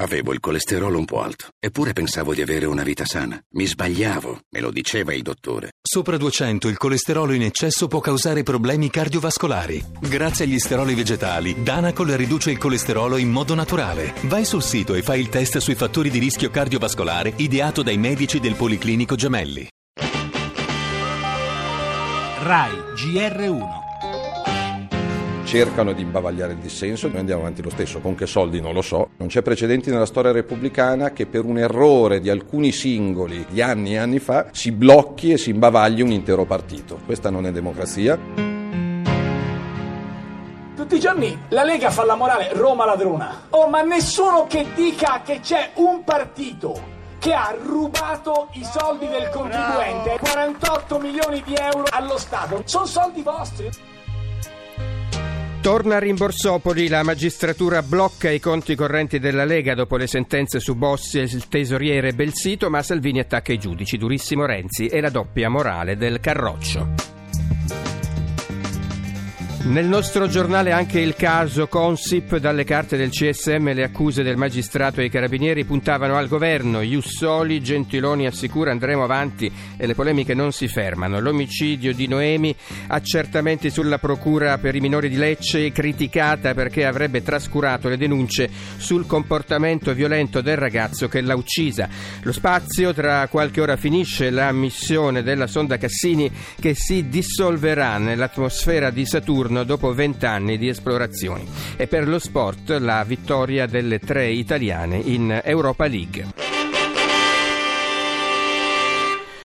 Avevo il colesterolo un po' alto, eppure pensavo di avere una vita sana. Mi sbagliavo, me lo diceva il dottore. Sopra 200 il colesterolo in eccesso può causare problemi cardiovascolari. Grazie agli steroli vegetali, Danacol riduce il colesterolo in modo naturale. Vai sul sito e fai il test sui fattori di rischio cardiovascolare ideato dai medici del Policlinico Gemelli. Rai GR1. Cercano di imbavagliare il dissenso, noi andiamo avanti lo stesso, con che soldi non lo so. Non c'è precedenti nella storia repubblicana che per un errore di alcuni singoli di anni e anni fa si blocchi e si imbavagli un intero partito. Questa non è democrazia. Tutti i giorni la Lega fa la morale Roma ladrona. Oh, ma nessuno che dica che c'è un partito che ha rubato i soldi del contribuente, 48 milioni di euro allo Stato. Sono soldi vostri. Torna a Rimborsopoli, la magistratura blocca i conti correnti della Lega dopo le sentenze su Bossi e il tesoriere Belsito, ma Salvini attacca i giudici, durissimo Renzi e la doppia morale del Carroccio. Nel nostro giornale anche il caso Consip, dalle carte del CSM le accuse del magistrato e i carabinieri puntavano al governo, Ius Soli, Gentiloni assicura andremo avanti e le polemiche non si fermano. L'omicidio di Noemi, accertamenti sulla procura per i minori di Lecce, criticata perché avrebbe trascurato le denunce sul comportamento violento del ragazzo che l'ha uccisa. Lo spazio, tra qualche ora finisce la missione della sonda Cassini che si dissolverà nell'atmosfera di Saturno dopo 20 anni di esplorazioni. E per lo sport la vittoria delle 3 italiane in Europa League.